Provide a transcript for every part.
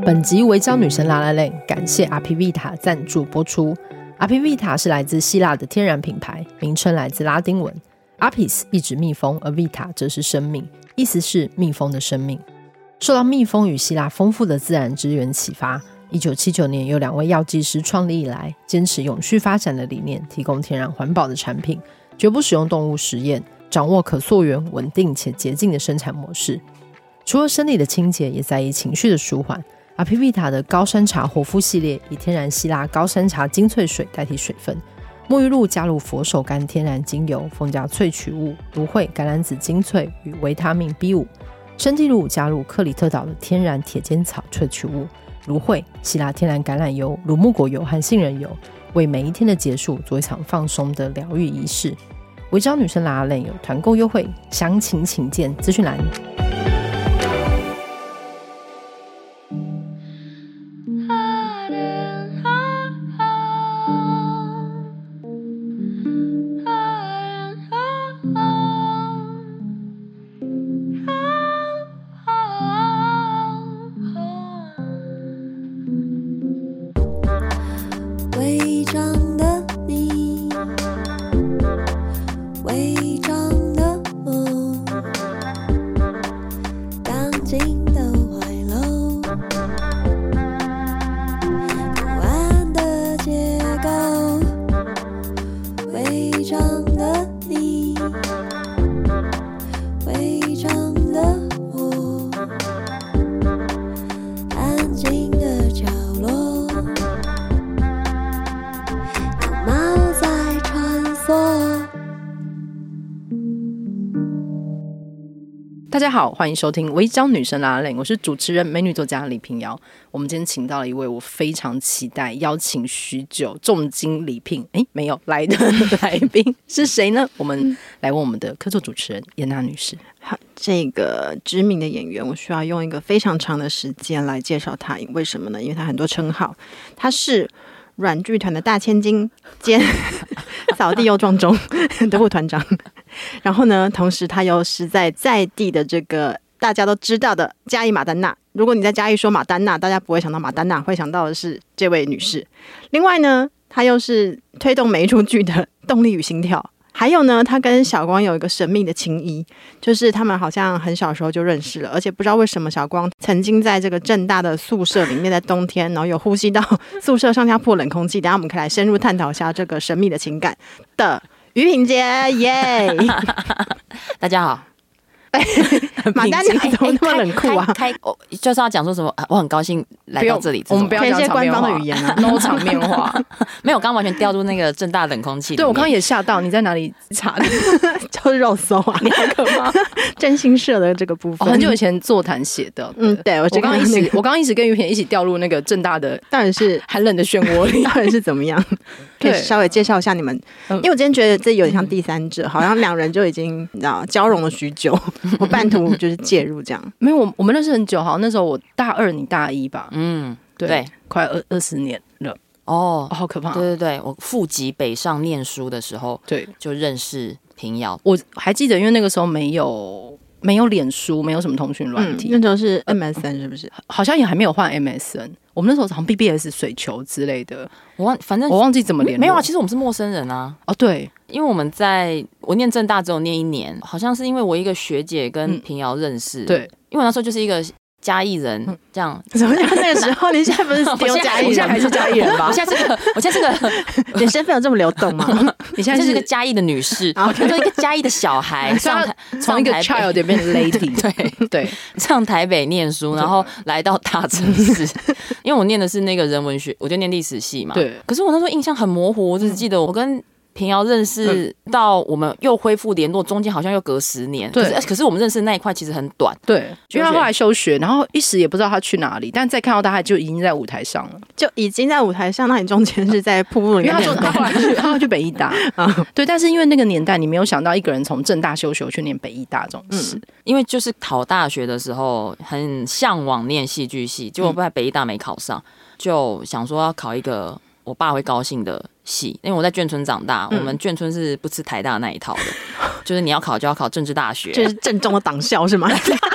本集违章女生拉拉链感谢 Apivita 赞助播出。 Apivita 是来自希腊的天然品牌，名称来自拉丁文 Apis 意指蜜蜂，而 Vita 则是生命，意思是蜜蜂的生命。受到蜜蜂与希腊丰富的自然资源启发，1979年由2位药剂师创立以来，坚持永续发展的理念，提供天然环保的产品，绝不使用动物实验，掌握可溯源、稳定且洁净的生产模式。除了生理的清洁，也在意情绪的舒缓。Apivita 的高山茶活肤系列以天然希腊高山茶精粹水代替水分，沐浴露加入佛手柑天然精油、蜂荚萃取物、芦荟、橄榄籽精粹与维他命 B5， 身体乳加入克里特岛的天然铁尖草萃取物、芦荟、希腊天然橄榄油、乳木果油和杏仁油，为每一天的结束做一场放松的疗愈仪式。违章女生拉拉链有团购优惠，详情请见资讯栏。 违章的你，违章的我，钢筋的怀楼，不安的结构。违章的你，违章的我，安静的角落。猫在穿梭。 大家好，欢迎收听违章女生拉拉链，我是主持人美女作家李平遥。我们今天请到了一位我非常期待、邀请许久、重金礼聘没有来的来宾是谁呢？我们来问我们的客座主持人严娜女士。 好，这个知名的演员，我需要用一个非常长的时间来介绍他，为什么呢？因为他很多称号，他是软剧团的大千金兼扫地又撞钟的副团长，然后呢，同时他又是在地的这个大家都知道的嘉义马丹娜。如果你在嘉义说马丹娜，大家不会想到马丹娜，会想到的是这位女士。另外呢，他又是推动每一出剧的动力与心跳。还有呢，他跟小光有一个神秘的情谊，就是他们好像很小时候就认识了，而且不知道为什么小光曾经在这个政大的宿舍里面，在冬天，然后有呼吸到宿舍上下铺冷空气。等一下我们可以来深入探讨一下这个神秘的情感的于品杰，耶！ 大家好。 马丹娜怎么那么冷酷啊？ 就是要讲说什么？我很高兴来到这里。 我们不要讲一些官方的语言啊 ，no 场面话。 没有，我刚完全掉入那个正大冷空气。 对，我刚刚也吓到，你在哪里查的？ 就是肉搜啊， 你好可怕！ 真心社的这个部分， 很久以前座谈写的。 对，我刚刚一直跟于品一起掉入那个正大的， 到底是寒冷的漩涡里， 到底是怎么样？可以稍微介绍一下你们，因为我今天觉得这有点像第三者，好像2人就已经你知道交融了许久，我半途就是介入这样。 没有，我们认识很久，好像那时候我大2，你大1吧？对，快20年了。 哦， 好可怕！ 对对对，我赴极北上念书的时候， 对， 就认识平遥。 我还记得，因为那个时候没有脸书，没有什么通讯软体， 那时候是 MSN 是不是？ 好像也还没有换 MSN。我们那时候好像 BBS 水球之类的，反正我忘记怎么联络。 没有啊，其实我们是陌生人啊。 哦，对， 因为我念政大只有念1年，好像是因为我一个学姐跟平遥认识。 对， 因为我那时候就是一个嘉义人，这样。 怎么样？那个时候你现在不是丢嘉义人， 你现在还是嘉义人吧？ 我现在是个， 你身份有这么流动吗？ 你现在是个嘉义的女士，就是一个嘉义的小孩， 从一个 child 变成 lady， 对， 上台北念书，然后来到大城市。因为我念的是那个人文学，我就念历史系嘛。 对。 可是我那时候印象很模糊，我只记得我跟平遥认识到我们又恢复联络，中间好像又隔10年。 对， 可是我们认识的那一块其实很短。 对，因为他后来休学，然后一时也不知道他去哪里，但再看到他就已经在舞台上了。 就已经在舞台上，那你中间是在瀑布里面？ 因为他后来去北艺大对，但是因为那个年代，你没有想到一个人从政大休学去念北艺大这种事。 因为就是考大学的时候很向往念戏剧系，结果在北艺大没考上，就想说要考一个我爸会高兴的系，因为我在眷村长大，我们眷村是不吃台大那一套的，就是你要考就要考政治大学， 就是正宗的党校是吗？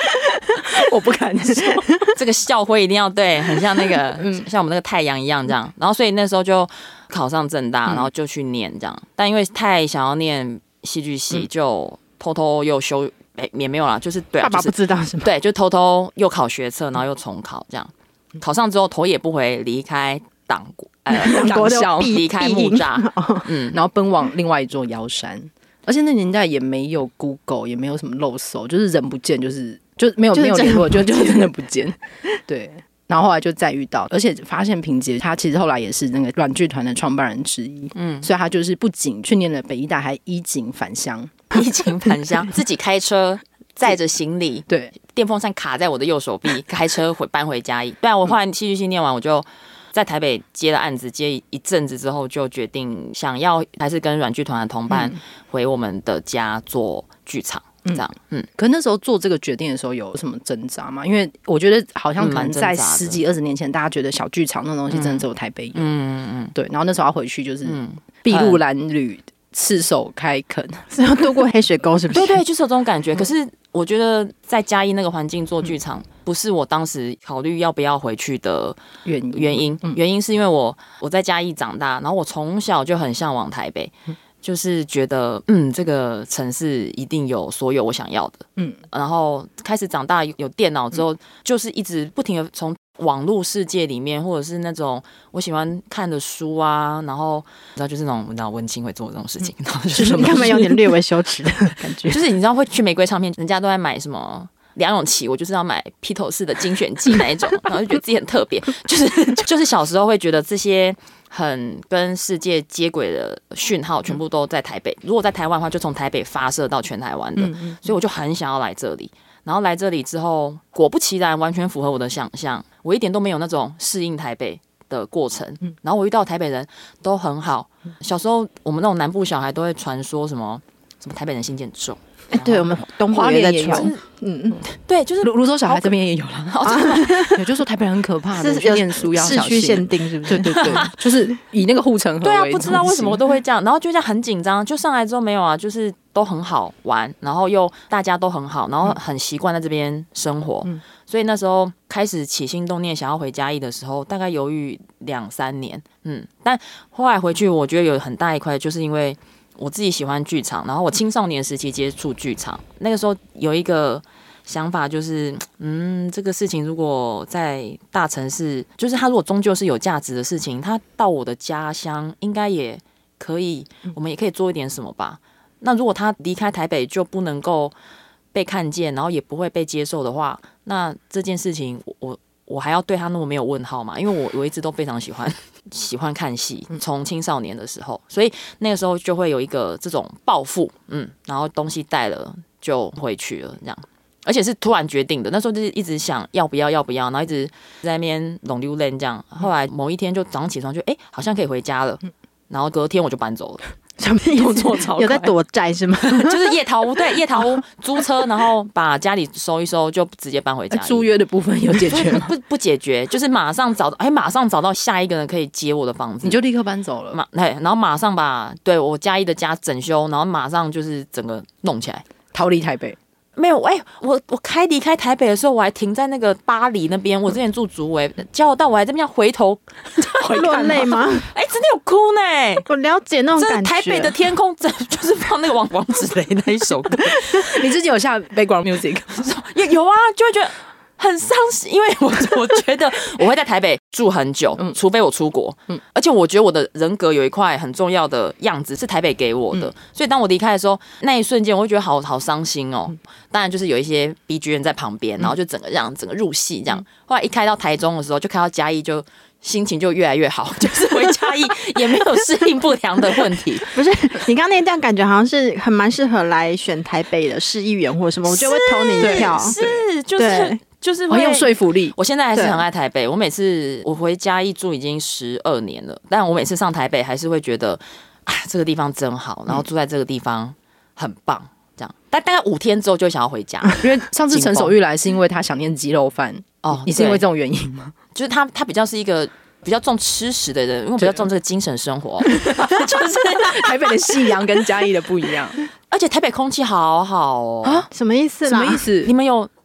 我不敢说。 这个校徽一定要对，很像那个，像我们那个太阳一样这样。然后所以那时候就考上政大，然后就去念这样。但因为太想要念戏剧系，就偷偷又修，也没有啦，就是对啊， 爸爸不知道是吗？ 对，就偷偷又考学测，然后又重考这样。考上之后头也不回，离开党国的校， 离开木栅， 然后奔往另外一座妖山。而且那年代也没有 Google， 也没有什么漏搜，就是人不见，就没有联络，就真的不见。对，然后后来就再遇到，而且发现平杰他其实后来也是那个软剧团的创办人之一，所以他就是不仅去念了北医大，还衣锦返乡，自己开车载着行李，对， 电风扇卡在我的右手臂，开车搬回嘉义。对啊，我后来戏剧系念完，我就在台北接了案子，接一阵子之后，就决定想要还是跟软剧团的同伴回我们的家做剧场。这样， 可那时候做这个决定的时候有什么挣扎吗？因为我觉得好像可能在10几20年前，大家觉得小剧场那种东西真的只有台北有，对。然后那时候要回去就是筚路蓝缕，赤手开垦， 是要渡过黑水沟，是不是？ 对，就是有这种感觉。可是我觉得在嘉义那个环境做剧场，不是我当时考虑要不要回去的原因。原因是因为我在嘉义长大，然后我从小就很向往台北。就是觉得，这个城市一定有所有我想要的，然后开始长大有电脑之后，就是一直不停的从网络世界里面，或者是那种我喜欢看的书啊，然后你知道就是那种你知道文青会做这种事情，然后就是他们有点略微羞耻的感觉， 就是你知道会去玫瑰唱片，人家都在买什么。梁咏琪，我就是要买披头士的精选集那一种，然后就觉得自己很特别，就是小时候会觉得这些很跟世界接轨的讯号全部都在台北。如果在台湾的话，就从台北发射到全台湾的，所以我就很想要来这里。然后来这里之后，果不其然，完全符合我的想象，我一点都没有那种适应台北的过程。然后我遇到台北人都很好。小时候我们那种南部小孩都会传说什么台北人心机很重。 对，我们东华也在传， 对，就是泸州小孩这边也有了，也就是说台北人很可怕的，去念书要小心， 市区限定是不是？ 对，就是以那个护城河为中心。 对啊，不知道为什么我都会这样，然后就这样很紧张，就上来之后没有啊，就是都很好玩，然后又大家都很好，然后很习惯在这边生活，所以那时候开始起心动念想要回嘉义的时候，大概犹豫2-3年，但后来回去，我觉得有很大一块就是因为。我自己喜欢剧场，然后我青少年时期接触剧场，那个时候有一个想法就是，这个事情如果在大城市，就是它如果终究是有价值的事情，它到我的家乡应该也可以，我们也可以做一点什么吧。那如果他离开台北就不能够被看见，然后也不会被接受的话，那这件事情我还要对他那么没有问号嘛？因为我一直都非常喜欢看戏，从青少年的时候，所以那个时候就会有一个这种抱负，然后东西带了就回去了，这样，而且是突然决定的。那时候就是一直想要不要，然后一直在那边弄溜链这样。后来某一天就早上起床就好像可以回家了，然后隔天我就搬走了。 什么动作超快？有在躲债是吗？ 就是夜逃屋，对，夜逃屋租车，然后把家里收一收，就直接搬回家。 租约的部分有解决吗？ 不解决，就是马上找到下一个人可以接我的房子， 你就立刻搬走了。 然后马上把我嘉义的家整修，然后马上就是整个弄起来， 逃离台北。 没有，我离开台北的时候，我还停在那个巴黎那边。我之前住竹围，交到我还这边回头落泪吗？ 真的有哭呢。 我了解那种感觉。 台北的天空，就是放那个王子雷那一首歌。 你自己有下 background music？ 有啊，就会觉得很伤心，因为我觉得我会在台北住很久，除非我出国。而且我觉得我的人格有一块很重要的样子是台北给我的，所以当我离开的时候，那一瞬间我会觉得好伤心哦。当然就是有一些 BGM 在旁边，然后就整个入戏这样。后来一开到台中的时候，就开到嘉义就。心情就越来越好，就是回嘉义也没有适应不良的问题。 不是，你刚刚那段感觉好像是蛮适合来选台北的市议员或什么，我就会投你一票。 就是很有说服力。 我现在还是很爱台北，我每次我回嘉义住已经12年了，但我每次上台北还是会觉得这个地方真好，然后住在这个地方很棒。这样，但大概5天之后就想要回家， 因为上次陈守玉来是因为他想念鸡肉饭哦，你是因为这种原因吗？ 就是他比较是一个比较重吃食的人，因为我比较重这个精神生活， 就是台北的夕阳跟嘉义的不一样， 而且台北空气好好哦。 什么意思啦？ 什么意思？ 你们有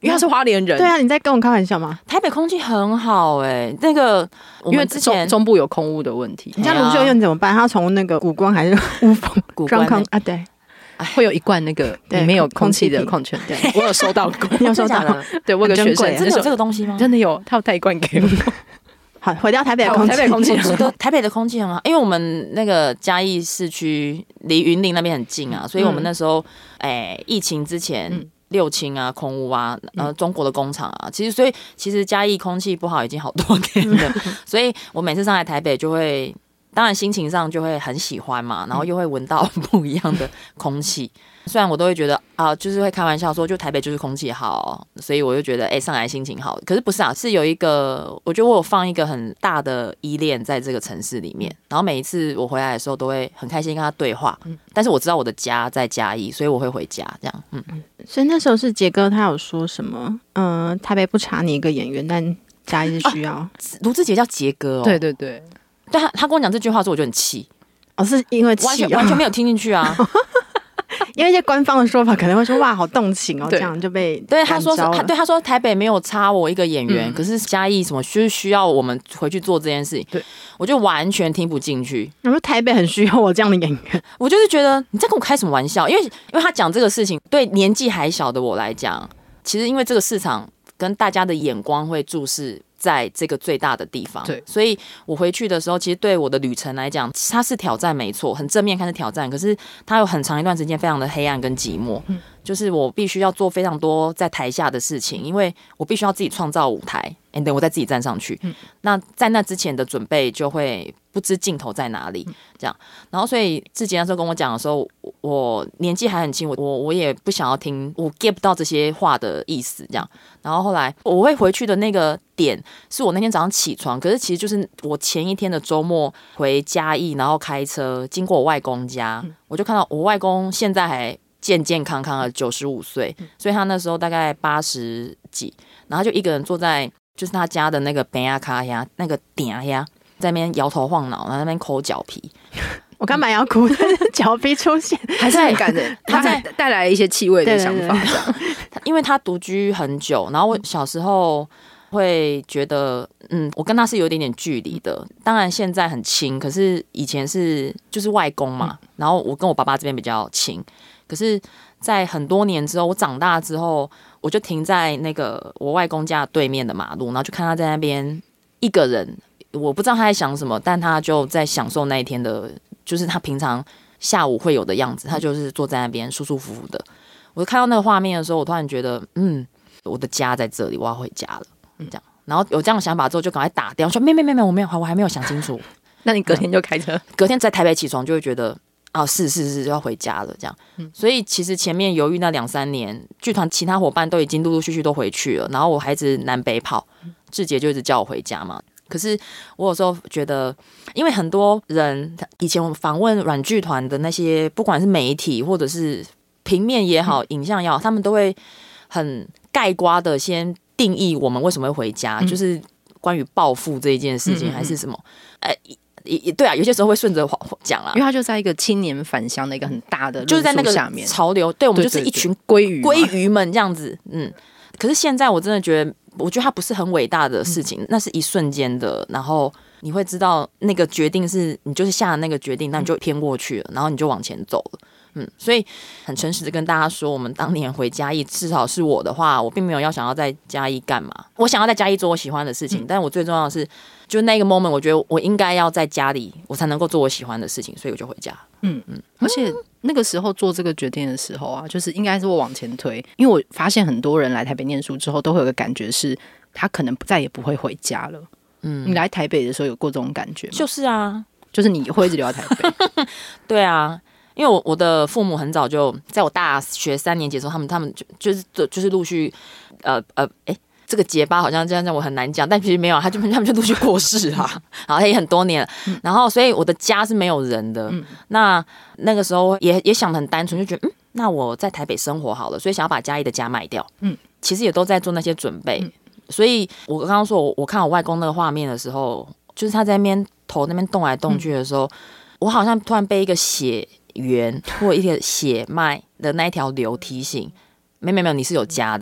因为他是花莲人。 对啊，你在跟我开玩笑吗？ 台北空气很好那个我因为们之前中部有空污的问题， 你像卢秀燕怎么办？他从那个谷关还是乌峰古状况关啊？对， 会有一罐那个里面有空气的矿泉水，我有收到过， 你有收到真的假的对，我有个学很珍贵生真的有这个东西吗？ 真的有，他有带一罐给我。 好，回到台北的空气， 台北空气我觉得台北的空气很好，因为我们那个嘉义市区离云林那边很近啊，所以我们那时候疫情之前。六轻啊，空污啊，中国的工厂啊，所以其实嘉义空气不好已经好多年了，所以我每次上来台北就会，当然心情上就会很喜欢嘛，然后又会闻到不一样的空气。虽然我都会觉得就是会开玩笑说，就台北就是空气好，所以我就觉得上来心情好。可是不是啊，是有一个，我觉得我有放一个很大的依恋在这个城市里面，然后每一次我回来的时候都会很开心跟他对话。但是我知道我的家在嘉义，所以我会回家这样。 所以那时候是杰哥他有说什么？台北不差你一个演员，但嘉义是需要。 卢志杰叫杰哥对对对， 对他跟我讲这句话的时候，我就很气。 是因为气完全没有听进去啊。 因为一些官方的说法可能会说哇好动情这样就被对他说他说台北没有差我一个演员，可是嘉义什么就是需要我们回去做这件事情，对我就完全听不进去。 我说台北很需要我这样的演员， 我就是觉得你在跟我开什么玩笑？因为他讲这个事情，对年纪还小的我来讲，其实因为这个市场跟大家的眼光会注视在这个最大的地方，对，所以我回去的时候，其实对我的旅程来讲，它是挑战没错，很正面看是挑战，可是它有很长一段时间非常的黑暗跟寂寞，就是我必须要做非常多在台下的事情，因为我必须要自己创造舞台，等我再自己站上去，那在那之前的准备就会不知尽头在哪里，这样，然后所以志杰那时候跟我讲的时候，我年纪还很轻，我也不想要听，我 get 不到这些话的意思，这样，然后后来我会回去的那个点是我那天早上起床，可是其实就是我前一天的周末回嘉义，然后开车经过我外公家，我就看到我外公现在还健健康康的95岁，所以他那时候大概80几，然后就一个人坐在就是他家的那个边卡呀，那个顶呀，在那边摇头晃脑，然后在那边抠脚皮。 我刚蛮要哭，但是脚皮出现， 还是很感人。他在带来一些气味的想法， 因为他独居很久，然后我小时候会觉得，我跟他是有一点点距离的。当然现在很亲，可是以前是就是外公嘛，然后我跟我爸爸这边比较亲。可是，在很多年之后，我长大之后，我就停在那个我外公家对面的马路，然后就看他在那边一个人，我不知道他在想什么，但他就在享受那一天的，就是他平常下午会有的样子，他就是坐在那边舒舒服服的。我看到那个画面的时候，我突然觉得，我的家在这里，我要回家了，这样。然后有这样的想法之后，就赶快打电话说，没，我没有，我还没有想清楚。 那你隔天就开车？ 隔天在台北起床就会觉得。是就要回家了，这样。所以其实前面犹豫那2-3年，剧团其他伙伴都已经陆陆续续都回去了，然后我还一直南北跑，志杰就一直叫我回家嘛。可是我有时候觉得，因为很多人以前我访问软剧团的那些，不管是媒体或者是平面也好，影像也好，他们都会很概括的先定义我们为什么会回家，就是关于报复这一件事情，还是什么？对啊，有些时候会顺着讲啦， 因为他就在一个青年返乡的一个很大的就是在那个潮流，对我们就是一群鲑鱼们这样子，可是现在我真的觉得，我觉得它不是很伟大的事情，那是一瞬间的，然后你会知道那个决定是你就是下了那个决定，那你就偏过去了，然后你就往前走了。所以很诚实的跟大家说，我们当年回嘉义，至少是我的话，我并没有要想要在嘉义干嘛，我想要在嘉义做我喜欢的事情，但我最重要的是，就那个 moment， 我觉得我应该要在家里，我才能够做我喜欢的事情，所以我就回家。 而且那个时候做这个决定的时候啊，就是应该是我往前推，因为我发现很多人来台北念书之后，都会有个感觉是，他可能再也不会回家了。你来台北的时候有过这种感觉吗？ 就是啊， 就是你会一直留在台北。对啊。因为我的父母很早就在我大学3年级的时候，他们就是陆续这个结巴好像这样我很难讲，但其实没有，他们就陆续过世啦，然后也很多年了，然后所以我的家是没有人的。那个时候也想得很单纯，就觉得那我在台北生活好了，所以想要把嘉义的家卖掉。其实也都在做那些准备。所以我刚刚说我看我外公那个画面的时候，就是他在那边头那边动来动去的时候，我好像突然被一个血缘或一个血脉的那一条流提醒，没有，你是有家的，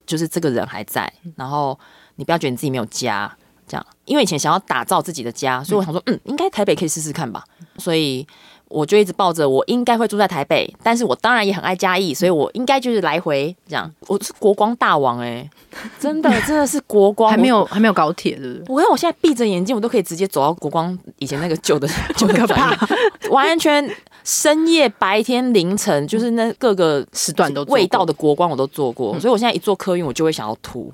就是这个人还在，然后你不要觉得你自己没有家，这样。因为以前想要打造自己的家，所以我想说，应该台北可以试试看吧。所以我就一直抱着我应该会住在台北，但是我当然也很爱嘉义，所以我应该就是来回这样。我是国光大王真的是国光， 还没有高铁，对不对？ 我看我现在闭着眼睛，我都可以直接走到国光以前那个旧的转运，完全深夜、白天、凌晨，就是那各个时段都味道的国光我都做过，所以我现在一坐客运，我就会想要吐。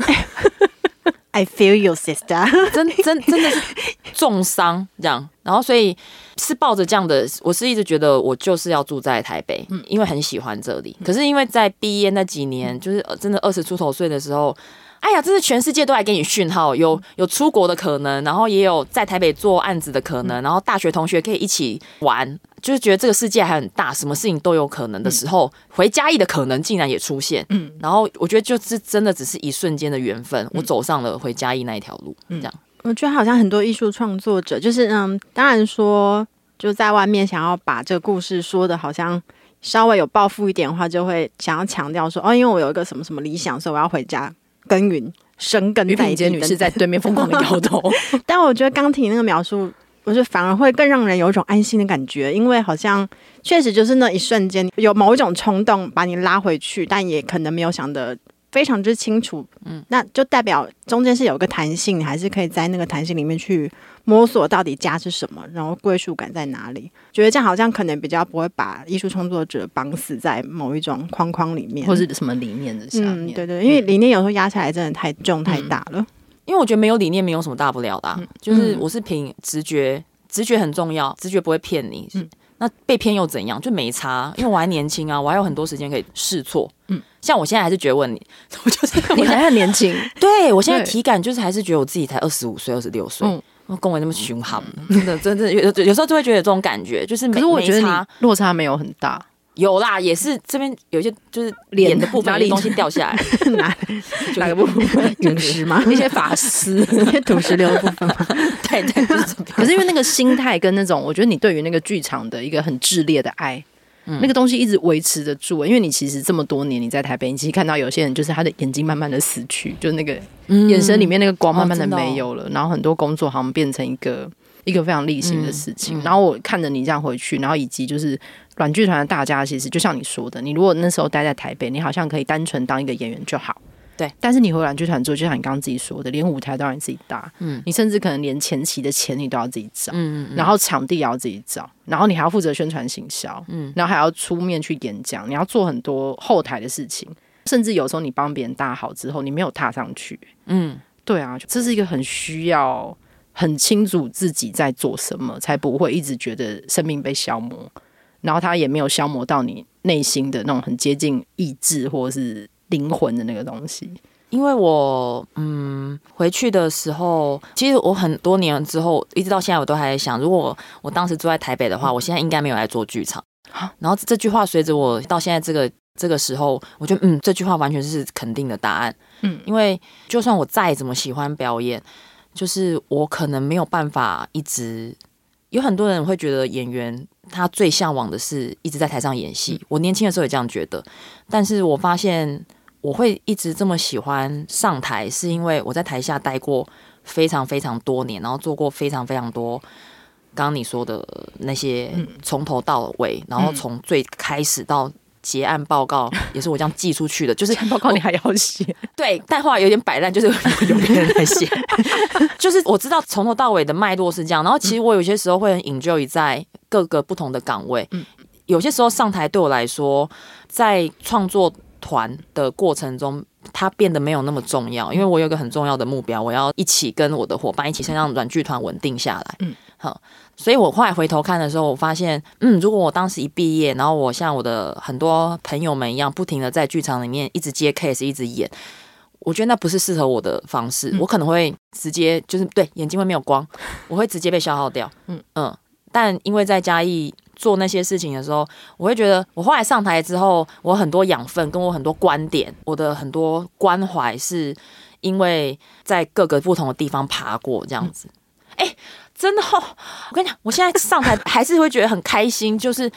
I feel you, sister 真的是重伤这样，然后所以是抱着这样的，我是一直觉得我就是要住在台北，因为很喜欢这里。可是因为在毕业那几年，就是真的20出头岁的时候，哎呀，真是全世界都来给你讯号，有出国的可能，然后也有在台北做案子的可能，然后大学同学可以一起玩，就是觉得这个世界还很大，什么事情都有可能的时候，回嘉义的可能竟然也出现。然后我觉得就是真的只是一瞬间的缘分，我走上了回嘉义那一条路，这样。 我觉得好像很多艺术创作者，就是当然说就在外面想要把这个故事说的好像稍微有抱负一点的话，就会想要强调说，因为我有一个什么什么理想，所以我要回家耕耘生根在地。 于品杰女士在对面疯狂的摇头。 但我觉得刚提那个描述，我觉得反而会更让人有一种安心的感觉，因为好像确实就是那一瞬间有某一种冲动把你拉回去，但也可能没有想得非常之清楚，那就代表中间是有一个弹性，你还是可以在那个弹性里面去摸索到底家是什么，然后归属感在哪里。觉得这样好像可能比较不会把艺术创作者绑死在某一种框框里面， 或是什么理念的下面。 对对，因为理念有时候压起来真的太重太大了。 因为我觉得没有理念没有什么大不了的就是我是凭直觉，直觉很重要，直觉不会骗你。那被骗又怎样？就没差，因为我还年轻啊，我还有很多时间可以试错。像我现在还是觉得我就是你还很年轻， 对我现在体感就是还是觉得我自己才25岁、26岁，跟我那么凶悍，真的有时候就会觉得有这种感觉，就是可是我觉得你落差没有很大。 有啦，也是这边有一些就是脸的部分有些东西掉下来， 哪个部分？陨石吗？ 一些发丝、 土石流的部分吗？ 对，就是可是因为那个心态跟那种，我觉得你对于那个剧场的一个很炽烈的爱，那个东西一直维持得住。因为你其实这么多年你在台北，你其实看到有些人就是他的眼睛慢慢的死去，就那个眼神里面那个光慢慢的没有了，然后很多工作好像变成一个非常例行的事情。然后我看着你这样回去，然后以及就是软剧团的大家，其实就像你说的，你如果那时候待在台北，你好像可以单纯当一个演员就好。 对， 但是你回软剧团之后，就像你刚刚自己说的，连舞台都让你自己搭，你甚至可能连前期的钱你都要自己找，然后场地也要自己找，然后你还要负责宣传行销，然后还要出面去演讲，你要做很多后台的事情，甚至有时候你帮别人搭好之后，你没有踏上去，对啊，这是一个很需要很清楚自己在做什么，才不会一直觉得生命被消磨，然后它也没有消磨到你内心的那种很接近意志或是灵魂的那个东西。 因为我回去的时候，其实我很多年之后一直到现在我都还在想，如果我当时住在台北的话，我现在应该没有来做剧场。然后这句话随着我到现在这个时候，我觉得这句话完全是肯定的答案。因为就算我再怎么喜欢表演，就是我可能没有办法一直。有很多人会觉得演员他最向往的是一直在台上演戏，我年轻的时候也这样觉得，但是我发现我会一直这么喜欢上台，是因为我在台下待过非常非常多年，然后做过非常非常多刚刚你说的那些从头到尾，然后从最开始到结案报告也是我这样寄出去的，就是报告你还要写， 对，但后来有点摆烂，就是有别人在写，就是我知道从头到尾的脉络是这样，然后其实我有些时候会很 enjoy 在各个不同的岗位，有些时候上台对我来说，在创作团的过程中，它变得没有那么重要，因为我有一个很重要的目标，我要一起跟我的伙伴一起先让软剧团稳定下来。好，所以我后来回头看的时候，我发现，如果我当时一毕业，然后我像我的很多朋友们一样，不停的在剧场里面一直接 case， 一直演，我觉得那不是适合我的方式，我可能会直接就是对眼睛会没有光，我会直接被消耗掉。但因为在嘉义做那些事情的时候，我会觉得我后来上台之后，我很多养分跟我很多观点，我的很多关怀，是因为在各个不同的地方爬过这样子。真的我跟你讲，我现在上台还是会觉得很开心，就是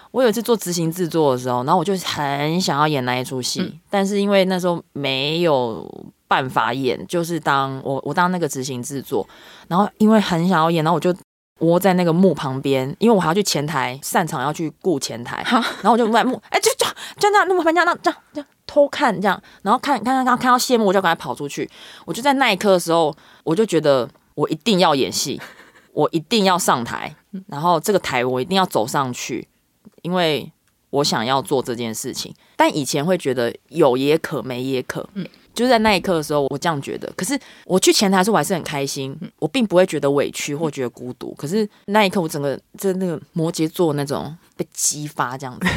我有一次做执行制作的时候，然后我就很想要演那一出戏，但是因为那时候没有办法演，就是我当那个执行制作，然后因为很想要演，然后我就窝在那个幕旁边，因为我还要去前台散场，要去顾前台，然后我就在幕，就那幕旁边这样偷看这样，然后看到谢幕，我就赶快跑出去。我就在那一刻的时候，我就觉得我一定要演戏，我一定要上台，然后这个台我一定要走上去。因为我想要做这件事情，但以前会觉得有也可没也可，就是在那一刻的时候，我这样觉得。可是我去前台的时候，我还是很开心，我并不会觉得委屈或觉得孤独。可是那一刻，我整个那个摩羯座那种被激发，这样子，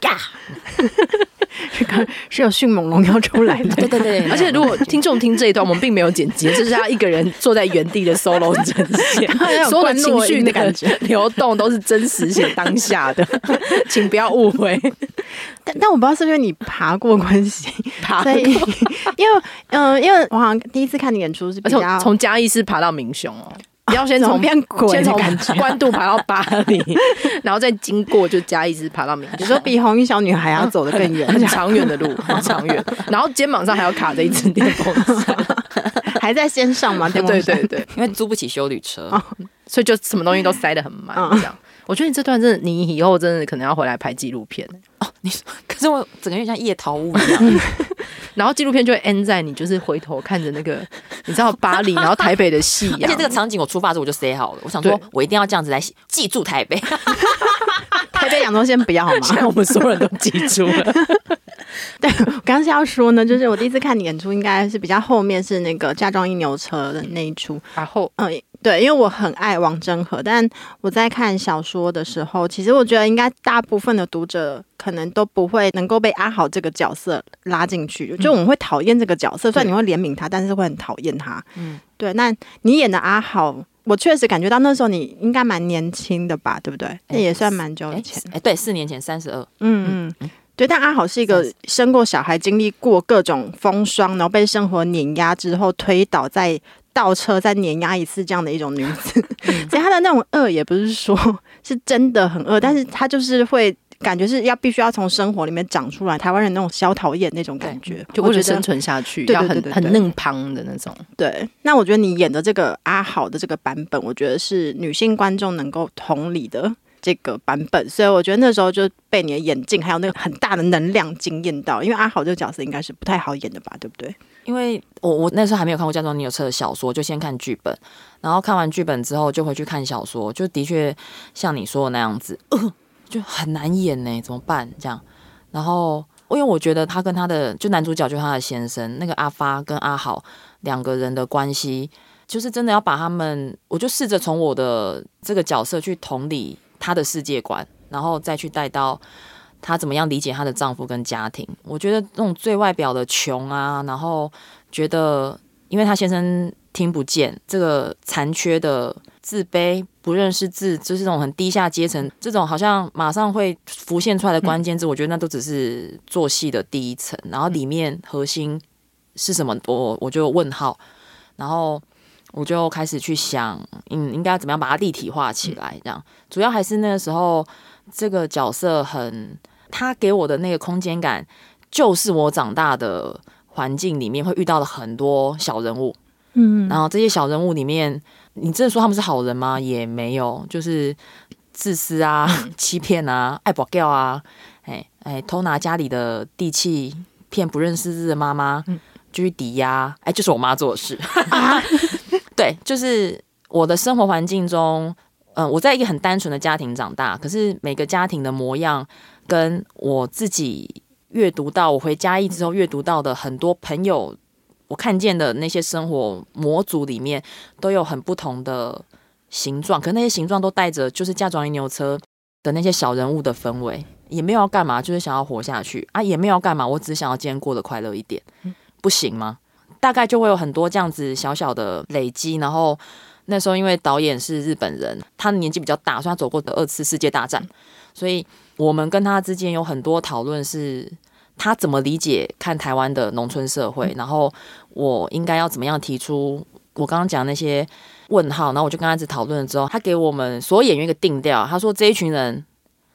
是有迅猛龙要出来的。 对， 而且如果听众听这一段，我们并没有剪辑，这是他一个人坐在原地的 solo 呈现，所有的情绪的感觉流动都是真实且当下的，请不要误会。 但我不知道是不是你爬过关系，所以因为我好像第一次看你演出是比较从嘉义市爬到民雄哦。不要先从关渡爬到巴黎，然后再经过就嘉义市爬到民雄。 你说比红衣小女孩还要走得更远， 很长远的路，很长远。然后肩膀上还要卡着一只电风扇， 还在线上吗？对， 因为租不起休旅车， 所以就什么东西都塞得很满。这样，我觉得你这段真的，你以后真的可能要回来拍纪录片哦。你说，可是我整个人像夜逃屋一样。 然后纪录片就会 end 在你就是回头看着那个你知道巴黎然后台北的夕阳， 而且这个场景我出发的时候我就 say 好了，我想说我一定要这样子来记住台北。 台北扬州先不要好吗？ 现在我们所有人都记住了。 对，我刚刚是要说呢，就是我第一次看你演出应该是比较后面，是那个嫁妆一牛车的那一出。 然后对，因为我很爱王真和，但我在看小说的时候，其实我觉得应该大部分的读者可能都不会能够被阿豪这个角色拉进去，就我们会讨厌这个角色，虽然你会怜悯他，但是会很讨厌他。对。那你演的阿豪，我确实感觉到那时候你应该蛮年轻的吧，对不对？那也算蛮久以前。 对，4年前32。 对，但阿豪是一个生过小孩、经历过各种风霜，然后被生活碾压之后推倒，再倒车，再碾压一次这样的一种女子。所以她的那种恶也不是说是真的很恶，但是她就是会感觉是必须要从生活里面长出来，台湾人那种小讨厌那种感觉， 就为了生存下去，要很嫩胖的那种。 对，那我觉得你演的这个阿豪的这个版本，我觉得是女性观众能够同理的这个版本，所以我觉得那时候就被你的演技还有那个很大的能量惊艳到，因为阿豪这个角色应该是不太好演的吧，对不对？ 因为我那时候还没有看过《嫁妆一牛车》的小说，就先看剧本，然后看完剧本之后就回去看小说，就的确像你说的那样子，就很难演呢，怎么办？这样，然后因为我觉得他跟他的就男主角就是他的先生那个阿发跟阿豪两个人的关系，就是真的要把他们，我就试着从我的这个角色去同理他的世界观，然后再去带到她怎么样理解她的丈夫跟家庭。我觉得那种最外表的穷啊，然后觉得因为她先生听不见，这个残缺的自卑、不认识字，就是这种很低下阶层，这种好像马上会浮现出来的关键字，我觉得那都只是做戏的第一层，然后里面核心是什么，我就问号，然后我就开始去想，应该怎么样把它立体化起来。这样，主要还是那个时候这个角色他给我的那个空间感，就是我长大的环境里面会遇到的很多小人物。然后这些小人物里面，你真的说他们是好人吗？也没有，就是自私啊、欺骗啊、爱保钓啊，偷拿家里的地契，骗不认识字的妈妈。就去抵押，就是我妈做的事。对，就是我的生活环境中，我在一个很单纯的家庭长大，可是每个家庭的模样，跟我自己阅读到，我回嘉义之后阅读到的很多朋友，我看见的那些生活模组里面，都有很不同的形状，可是那些形状都带着就是嫁妆一牛车的那些小人物的氛围，也没有要干嘛，就是想要活下去啊，也没有要干嘛，我只想要今天过得快乐一点。不行吗？大概就会有很多这样子小小的累积，然后那时候因为导演是日本人，他的年纪比较大，所以他走过的2次世界大战，所以我们跟他之间有很多讨论，是他怎么理解看台湾的农村社会，然后我应该要怎么样提出我刚刚讲那些问号，然后我就跟他一直讨论了之后，他给我们所有演员一个定调，他说这一群人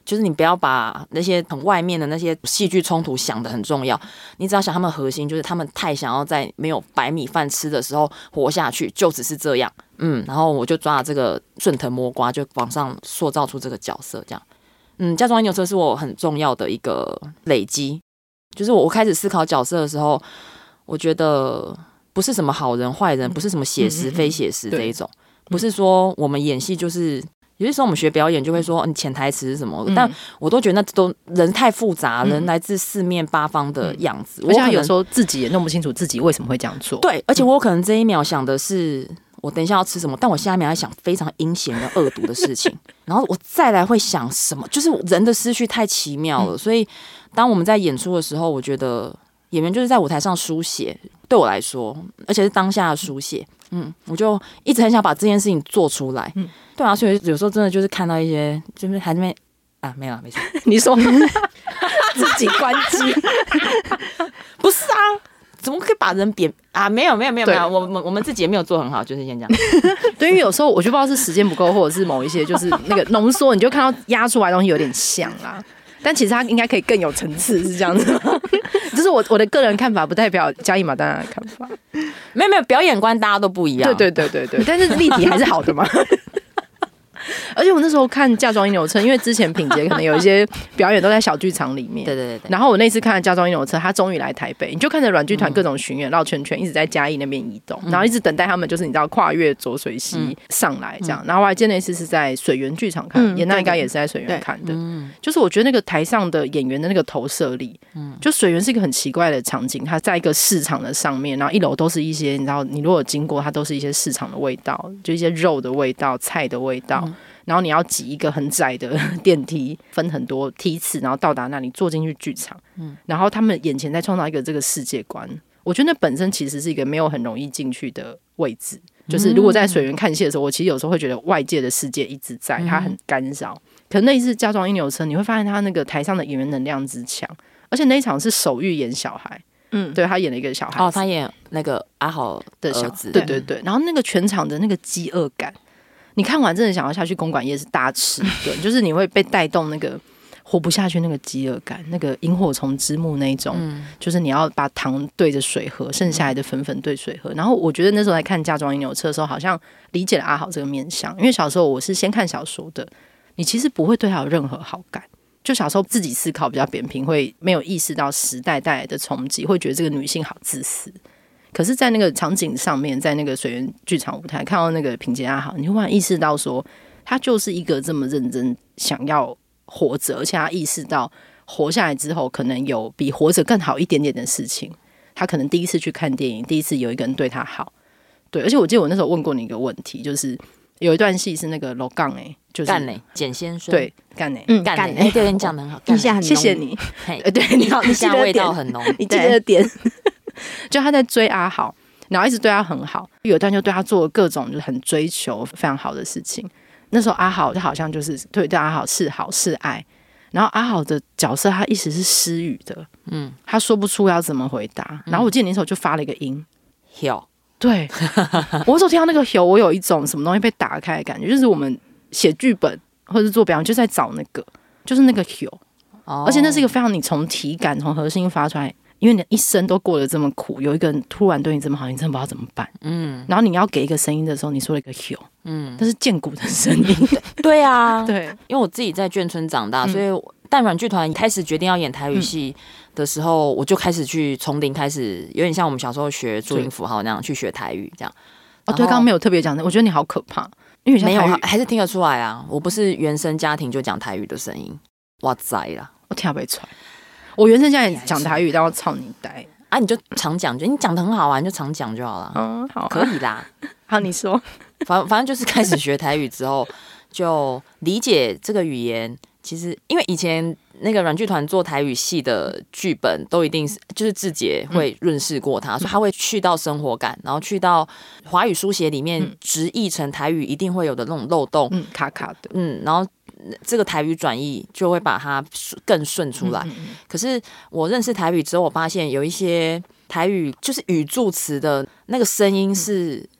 就是你不要把那些很外面的那些戏剧冲突想得很重要，你只要想他们核心就是他们太想要在没有白米饭吃的时候活下去，就只是这样。然后我就抓了这个顺藤摸瓜，就往上塑造出这个角色，这样。嫁妆牛车是我很重要的一个累积，就是我开始思考角色的时候，我觉得不是什么好人坏人，不是什么写实非写实这一种，不是说我们演戏就是有些时候我们学表演就会说你潜台词是什么，但我都觉得那都人太复杂，人来自四面八方的样子， 而且有时候自己也弄不清楚自己为什么会这样做。 对，而且我可能这一秒想的是我等一下要吃什么，但我下一秒在想非常阴险跟恶毒的事情，然后我再来会想什么，就是人的思绪太奇妙了，所以当我们在演出的时候，我觉得演员就是在舞台上书写，对我来说，而且是当下的书写，我就一直很想把这件事情做出来，对啊，所以有时候真的就是看到一些，就是还没啊，没了，没错， 你说自己关机， 不是啊，怎么可以把人贬啊？没有，我们自己也没有做很好，就是先这样。 对，因为有时候我就不知道是时间不够，或者是某一些就是那个浓缩，你就看到压出来的东西有点像啦。但其实它应该可以更有层次，是这样子吗？这是我的个人看法，不代表嘉义马丹娜的看法。 没有，表演观大家都不一样。 对，但是立体还是好的嘛。而且我那时候看《嫁妆一牛车》，因为之前品杰可能有一些表演都在小剧场里面， 对。 然后我那次看《嫁妆一牛车》，他终于来台北，你就看着软剧团各种巡演绕圈圈，一直在嘉义那边移动，然后一直等待他们，就是你知道跨越浊水溪上来这样。然后我还记得那次是在水源剧场看，那应该也是在水源看的。就是我觉得那个台上的演员的那个投射力，就水源是一个很奇怪的场景，它在一个市场的上面，然后一楼都是一些你知道，你如果经过它都是一些市场的味道，就一些肉的味道、菜的味道。然后你要挤一个很窄的电梯，分很多梯次，然后到达那里坐进去剧场。然后他们眼前在创造一个这个世界观，我觉得那本身其实是一个没有很容易进去的位置。就是如果在水源看戏的时候，我其实有时候会觉得外界的世界一直在，它很干扰。可那一次嫁妆一牛车，你会发现他那个台上的演员能量之强，而且那一场是手语演小孩。对，他演了一个小孩子， 他演那个阿豪的儿子， 对，然后那个全场的那个饥饿感。你看完真的想要下去公馆夜市大吃一顿，就是你会被带动那个活不下去那个饥饿感，那个萤火虫之墓那一种，就是你要把糖对着水喝，剩下来的粉粉对水喝。然后我觉得那时候来看《嫁妆一牛车》的时候，好像理解了阿豪这个面向，因为小时候我是先看小说的，你其实不会对他有任何好感。就小时候自己思考比较扁平，会没有意识到时代带来的冲击，会觉得这个女性好自私。可是在那个场景上面，在那个水源剧场舞台看到那个品杰阿豪，你会忽然意识到说他就是一个这么认真想要活着，而且他意识到活下来之后可能有比活着更好一点点的事情。他可能第一次去看电影，第一次有一个人对他好。对，而且我记得我那时候问过你一个问题，就是有一段戏是那个楼杠就是干嘞简先生， 对干嘞干嘞，对你讲得很好， 谢谢你。对，你好，你记得味道很浓， 你记得点。就他在追阿豪，然后一直对他很好，有一段就对他做了各种就是很追求非常好的事情。那时候阿豪就好像就是对阿豪是好是爱，然后阿豪的角色他一时是失语的，他说不出要怎么回答。然后我记得那时候就发了一个音，对，我那时候听到那个“我有一种什么东西被打开的感觉，就是我们写剧本或者做表演就在找那个，就是那个“而且那是一个非常你从体感从核心发出来。因为你一生都过得这么苦，有一个人突然对你这么好，你真的不知道怎么办。然后你要给一个声音的时候，你说了一个 “yo”， 那是剑骨的声音。 对啊， 对， 因为我自己在眷村长大，所以淡软剧团开始决定要演台语戏的时候，我就开始去从零开始，有点像我们小时候学注音符号那样去学台语这样。 对，刚刚没有特别讲的，我觉得你好可怕，因为没有还是听得出来啊，我不是原生家庭就讲台语的声音，哇塞啦， 我听不出来。我原生家庭讲台语，但我操你呆啊！你就常讲，你讲得很好啊，你就常讲就好了。 好， 可以啦。 好，你说， 反正就是开始学台语之后，就理解这个语言。其实因为以前那个软剧团做台语戏的剧本，都一定是就是志杰会润饰过他，所以他会去到生活感，然后去到华语书写里面直译成台语一定会有的那种漏洞， 卡卡的， 然后。这个台语转译就会把它更顺出来。可是我认识台语之后，我发现有一些台语就是语助词的那个声音是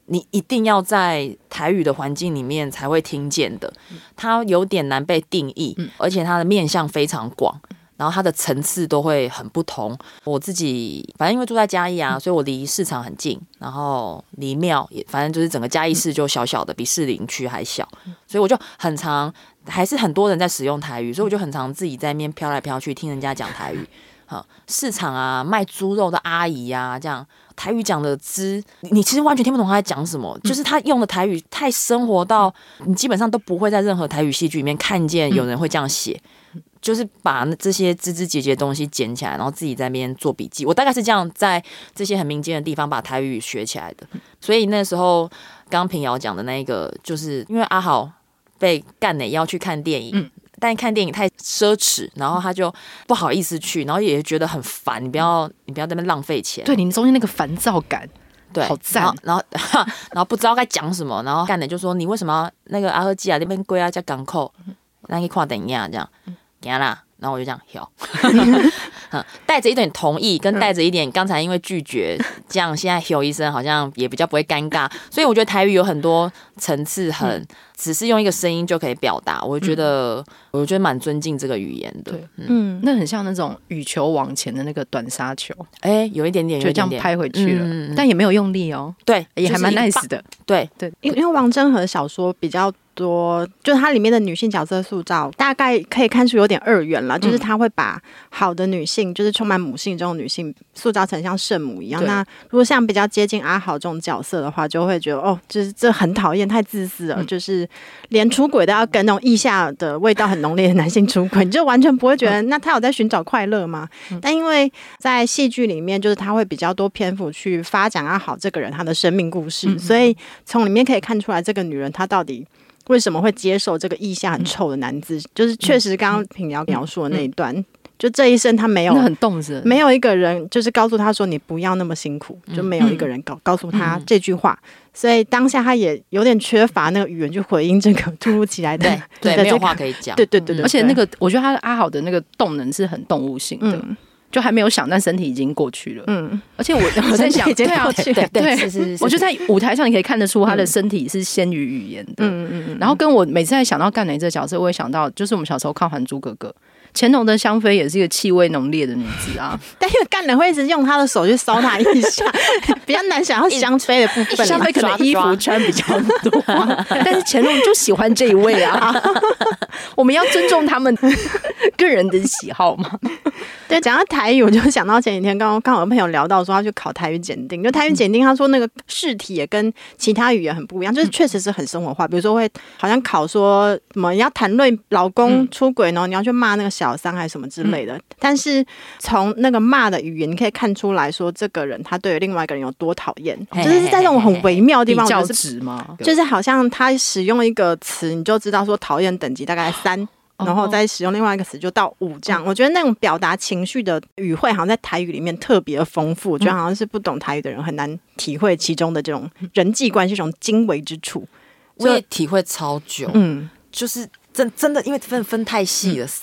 你一定要在台语的环境里面才会听见的，它有点难被定义，而且它的面向非常广。然后它的层次都会很不同。我自己反正因为住在嘉义啊，所以我离市场很近，然后离庙也，反正就是整个嘉义市就小小的，比士林区还小，所以我就很常，还是很多人在使用台语，所以我就很常自己在那边飘来飘去听人家讲台语。市场啊，卖猪肉的阿姨啊，这样台语讲的你其实完全听不懂他在讲什么，就是他用的台语太生活到你基本上都不会在任何台语戏剧里面看见有人会这样写。就是把这些枝枝节节的东西捡起来，然后自己在那边做笔记。我大概是这样在这些很民间的地方把台语学起来的。所以那时候刚刚平遥讲的那一个，就是因为阿豪被干了要去看电影，但看电影太奢侈，然后他就不好意思去，然后也觉得很烦。你不要在那边浪费钱。 对，你中间那个烦躁感。对，好赞。 然后不知道该讲什么，然后干的就说你为什么要那个阿赫基啊那边贵啊加港口，那可以看电影这样。啦，然后我就这样笑，带着一点同意，跟带着一点刚才因为拒绝，这样现在笑一声好像也比较不会尴尬，所以我觉得台语有很多层次，只是用一个声音就可以表达，我觉得蛮尊敬这个语言的。 对，那很像那种羽球往前的那个短杀球， 有一点点， 就这样拍回去了，但也没有用力哦， 对， 也还蛮 nice 的， 对， 因为王真和的小说比较多，就是它里面的女性角色塑造大概可以看出有点二元了，就是他会把好的女性，就是充满母性这种女性塑造成像圣母一样。那如果像比较接近阿豪这种角色的话，就会觉得就是这很讨厌，太自私了，就是连出轨都要跟那种腋下的味道很浓烈的男性出轨，你就完全不会觉得那他有在寻找快乐吗？但因为在戏剧里面，就是他会比较多篇幅去发展阿豪这个人他的生命故事，所以从里面可以看出来这个女人她到底为什么会接受这个腋下很臭的男子？就是确实刚刚品瑶描述的那一段，就这一生他没有很动人， 没有一个人就是告诉他说你不要那么辛苦，就没有一个人告诉他这句话，所以当下他也有点缺乏那个语言去回应这个突如其来的， 对，没有话可以讲， 对， 而且那个我觉得他阿豪的那个动能是很动物性的。就还没有想，但身体已经过去了。而且我在想，对啊，对，是，我就在舞台上你可以看得出他的身体是先于语言的。然后跟我每次在想到干雷这个角色，我会想到就是我们小时候看《还珠格格》，乾隆的香妃也是一个气味浓烈的女子啊。 但因为干雷会一直用他的手去搔她一下，比较难想要香妃的部分。 香妃可能衣服穿比较多，但是乾隆就喜欢这一位啊。我们要尊重他们个人的喜好嘛。 对，讲到台语，我就想到前几天刚好有朋友聊到说他去考台语检定，就台语检定，他说那个试题也跟其他语言很不一样，就是确实是很生活化。比如说会好像考说什么你要谈论老公出轨，然后你要去骂那个小三还是什么之类的。但是从那个骂的语言，你可以看出来说这个人他对另外一个人有多讨厌，就是在那种很微妙的地方， 比较值吗？ 就是好像他使用一个词，你就知道说讨厌等级大概3。然后再使用另外一个词就到5这样，我觉得那种表达情绪的语汇好像在台语里面特别丰富，我觉得好像是不懂台语的人很难体会其中的这种人际关系这种精微之处。 我也体会超久，就是真的因为分太细了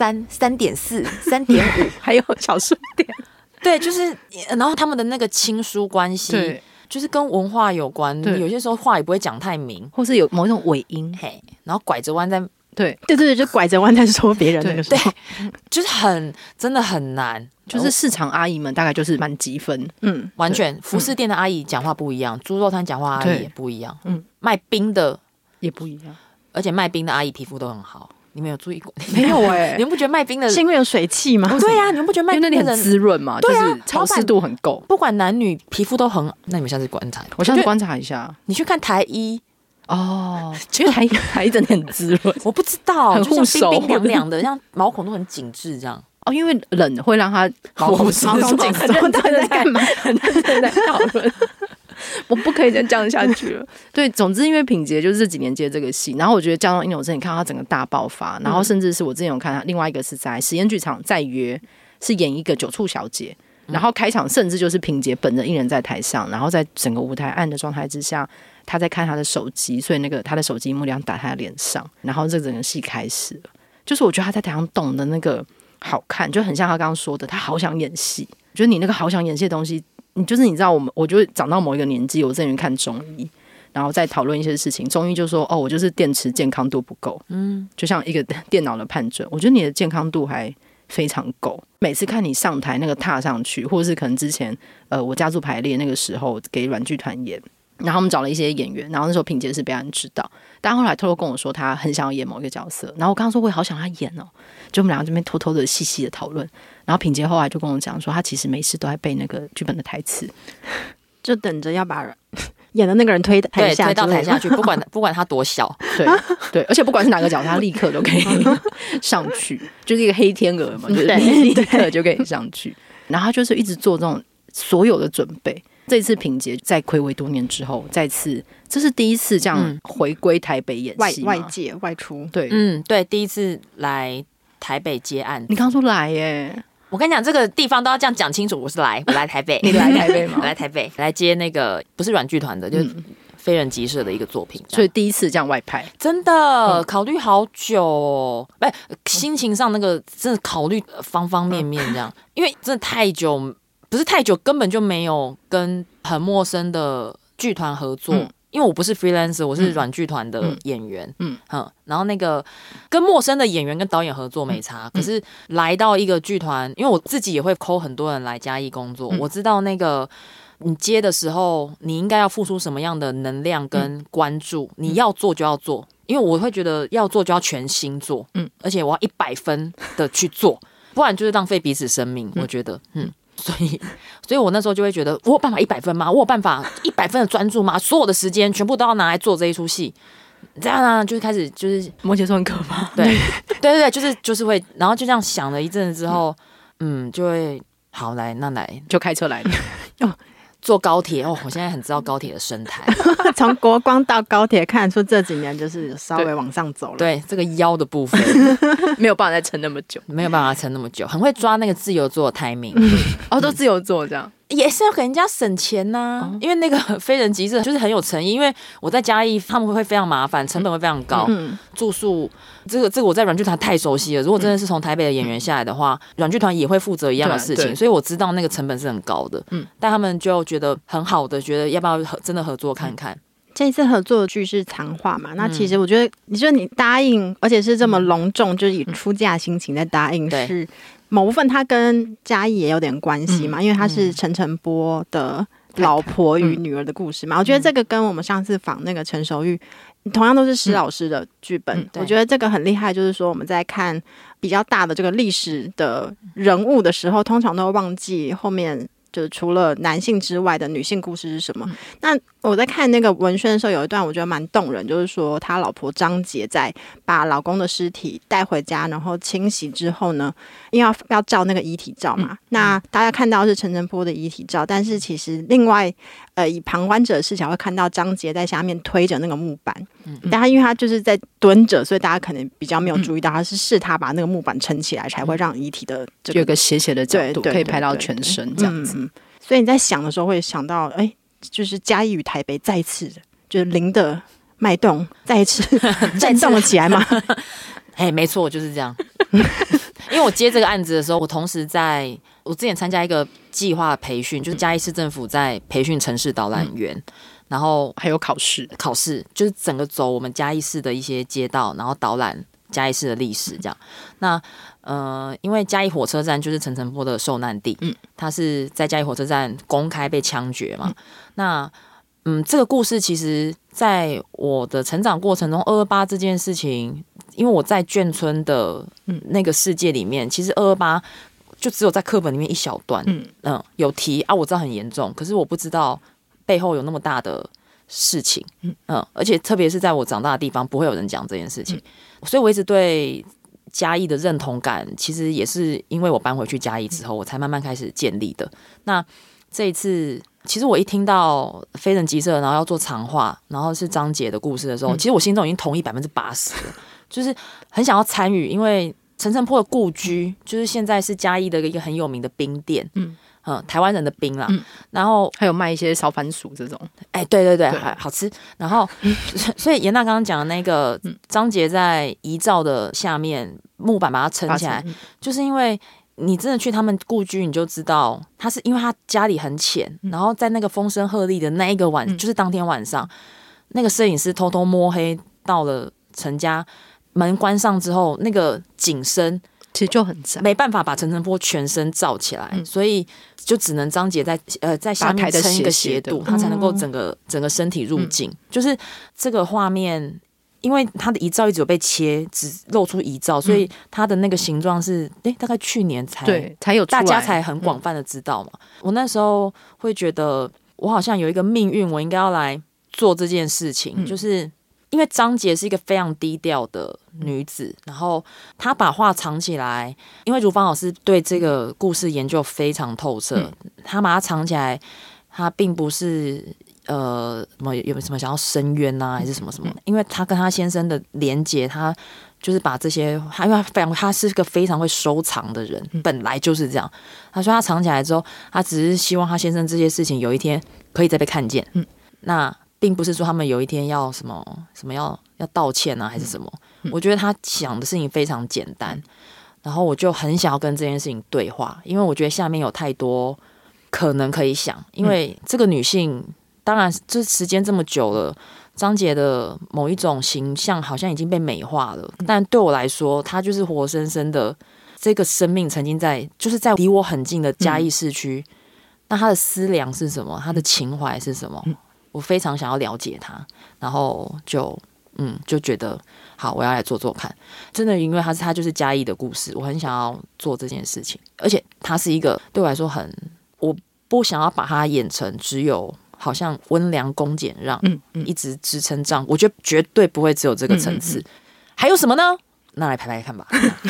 ，3.4、3.5， 还有小数点， 对，就是然后他们的那个亲疏关系，对，就是跟文化有关，有些时候话也不会讲太明， 或是有某一种尾音， 然后拐着弯在。 对，就拐着弯在说别人那个时候， 就是真的很难。 就是市场阿姨们大概就是满积分， 完全服饰店的阿姨讲话不一样，猪肉摊讲话阿姨也不一样，卖冰的也不一样， 而且卖冰的阿姨皮肤都很好，你们有注意过？ 没有你们不觉得卖冰的是因为有水汽吗？ 对啊，你们不觉得卖冰的人因为那里很滋润嘛？就是潮湿度很够， 不管男女皮肤都很好。那你们下次观察， 我下次观察一下。 你去看台一。 因为台真的很滋润， 我不知道， 很护手， 冰冰凉凉的，像毛孔都很紧致这样。 因为冷会让它毛孔紧致。 我到底在干嘛？ 很认真在讨论。我不可以再这样下去了。对，总之因为品杰就是这几年接这个戏，然后我觉得《江中英勇镇》，你看到他整个大爆发，然后甚至是我之前有看他另外一个是在实验剧场再约，是演一个酒醋小姐。然后开场甚至就是品杰本人一人在台上，然后在整个舞台暗的状态之下，他在看他的手机，所以那个他的手机幕亮打他的脸上，然后这整个戏开始了。就是我觉得他在台上动的那个好看，就很像他刚刚说的，他好想演戏。我觉得你那个好想演戏的东西，你知道我就长到某一个年纪，我之前看中医， 然后再讨论一些事情。中医就说我就是电池健康度不够，就像一个电脑的判准，我觉得你的健康度还非常够。每次看你上台那个踏上去，或者是可能之前我家族排练那个时候给软剧团演，然后我们找了一些演员，然后那时候品杰是被他人知道，但后来偷偷跟我说他很想要演某一个角色，然后我刚刚说我也好想他演哦，就我们两个这边偷偷的细细的讨论，然后品杰后来就跟我讲说他其实没事都在背那个剧本的台词， 就等着要把演的那个人推台下， 推到台下去，不管他多小， 对，而且不管是哪个角色，他立刻都可以上去，就是一个黑天鹅嘛，就是立刻就可以上去。然后他就是一直做这种所有的准备。这一次品杰在睽违多年之后，这是第一次这样回归台北演戏外界外出， 对， 对，第一次来台北接案。 你刚说来耶。 我跟你讲，这个地方都要这样讲清楚。我来台北， 你来台北吗？ 我来台北来接那个不是软剧团的，就是非人集社的一个作品， 所以第一次这样外拍， 真的考虑好久哦，心情上那个真的考虑方方面面这样，因为真的太久，不是太久，根本就没有跟很陌生的剧团合作。因为我不是 freelancer， 我是软剧团的演员，然后那个跟陌生的演员跟导演合作没差，可是来到一个剧团，因为我自己也会 call 很多人来嘉义工作，我知道那个你接的时候，你应该要付出什么样的能量跟关注，你要做就要做，因为我会觉得要做就要全心做，而且我要100分的去做，不然就是浪费彼此生命，我觉得，所以我那时候就会觉得，我有办法100分吗？我有办法100分的专注吗？所有的时间全部都要拿来做这一出戏，这样呢，就是开始就是摩羯座很可怕， 对，就是会，然后就这样想了一阵子之后，就会好来就开车来了， 坐高铁我现在很知道高铁的生态， 从国光到高铁看出这几年就是稍微往上走了。 对，这个腰的部分没有办法再撑那么久， 很会抓那个自由座的 timing， 都自由座这样。 也是要给人家省钱呐，因为那个非人集社就是很有诚意，因为我在嘉义他们会非常麻烦，成本会非常高，住宿这个我在软剧团太熟悉了。如果真的是从台北的演员下来的话，软剧团也会负责一样的事情，所以我知道那个成本是很高的。但他们就觉得很好的，觉得要不要真的合作看看。 这一次合作的剧是藏画嘛？那其实我觉得，你答应，而且是这么隆重，就是以出嫁心情在答应，是某部分它跟嘉义也有点关系嘛，因为它是陈澄波的老婆与女儿的故事嘛。我觉得这个跟我们上次访那个陈守玉同样都是施老师的剧本，我觉得这个很厉害，就是说我们在看比较大的这个历史的人物的时候，通常都会忘记后面就是除了男性之外的女性故事是什么。那我在看那个文宣的时候，有一段我觉得蛮动人，就是说他老婆张杰在把老公的尸体带回家，然后清洗之后呢，因为要照那个遗体照嘛，那大家看到是陈澄波的遗体照，但是其实另外以旁观者的视角会看到张杰在下面推着那个木板，但他因为他就是在蹲着，所以大家可能比较没有注意到，他是他把那个木板撑起来，才会让遗体的这个有个斜斜的角度可以拍到全身这样子。 所以你在想的时候会想到，就是嘉义与台北再一次就是零的脉动再一次震动了起来吗？ 没错，就是这样。因为我接这个案子的时候，我同时我之前参加一个计划培训，就是嘉义市政府在培训城市导览员，然后还有考试就是整个走我们嘉义市的一些街道，然后导览嘉义市的历史这样。那因为嘉义火车站就是陈澄波的受难地，他是在嘉义火车站公开被枪决嘛。那这个故事其实在我的成长过程中，228这件事情，因为我在眷村的那个世界里面，其实228就只有在课本里面一小段，有提啊，我知道很严重，可是我不知道背后有那么大的事情，而且特别是在我长大的地方，不会有人讲这件事情，所以我一直对嘉义的认同感，其实也是因为我搬回去嘉义之后，我才慢慢开始建立的。那这一次，其实我一听到非人集社，然后要做长话，然后是张杰的故事的时候，其实我心中已经同意80%了，就是很想要参与，因为陈澄波的故居就是现在是嘉义的一个很有名的冰店，台湾人的冰啦，然后还有卖一些烧番薯这种， 对，好吃。然后，所以严娜刚刚讲的那个张杰在遗照的下面木板把它撑起来，就是因为你真的去他们故居，你就知道他是因为他家里很浅，然后在那个风声鹤唳的那一个就是当天晚上， 那个摄影师偷偷摸黑到了陈家，门关上之后，那个景深其实就很窄， 没办法把陈澄波全身罩起来，所以就只能张杰在下面撑一个斜度，他才能够整个身体入镜。就是这个画面，因为他的遗照一直有被切，只露出遗照，所以他的那个形状是大概去年才有出来， 大家才很广泛的知道嘛。我那时候会觉得，我好像有一个命运，我应该要来做这件事情，就是因为张杰是一个非常低调的女子，然后她把画藏起来，因为如芳老师对这个故事研究非常透彻，她把它藏起来，她并不是有什么想要申冤啊，还是什么什么，因为她跟她先生的连结，她就是把这些，因为她是个非常会收藏的人，本来就是这样。她说她藏起来之后，她只是希望她先生这些事情有一天可以再被看见。那并不是说他们有一天要什么要道歉啊，还是什么。我觉得他想的事情非常简单，然后我就很想要跟这件事情对话，因为我觉得下面有太多可能可以想。因为这个女性，当然这时间这么久了，张杰的某一种形象好像已经被美化了，但对我来说，她就是活生生的这个生命曾经就是在离我很近的嘉义市区。那她的思量是什么？她的情怀是什么？我非常想要了解他，然后就觉得好，我要来做做看。真的，因为他就是嘉义的故事，我很想要做这件事情，而且他是一个对我来说我不想要把它演成只有好像温良恭俭让，一直支撑仗，我觉得绝对不会只有这个层次。还有什么呢？那来排看吧。